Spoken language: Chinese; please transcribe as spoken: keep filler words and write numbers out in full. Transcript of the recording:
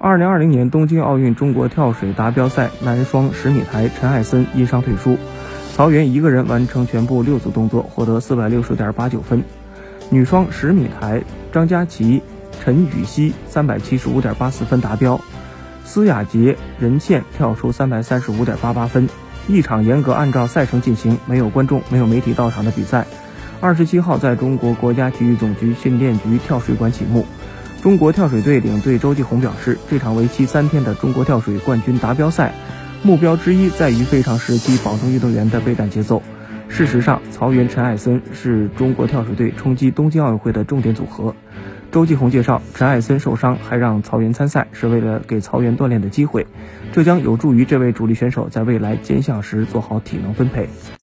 二零二零年东京奥运中国跳水达标赛男双十米台，陈艾森因伤退出，曹原一个人完成全部六组动作，获得 四百六十点八九分。女双十米台，张家齐、陈雨希 三百七十五点八四分达标，司雅洁、任茜跳出 三百三十五点八八分。一场严格按照赛程进行，没有观众、没有媒体到场的比赛，二十七号在中国国家体育总局训练局跳水馆启幕。中国跳水队领队周继红表示，这场为期三天的中国跳水冠军达标赛，目标之一在于非常时期保证运动员的备战节奏。事实上，曹原、陈艾森是中国跳水队冲击东京奥运会的重点组合。周继红介绍，陈艾森受伤还让曹原参赛，是为了给曹原锻炼的机会，这将有助于这位主力选手在未来兼项时做好体能分配。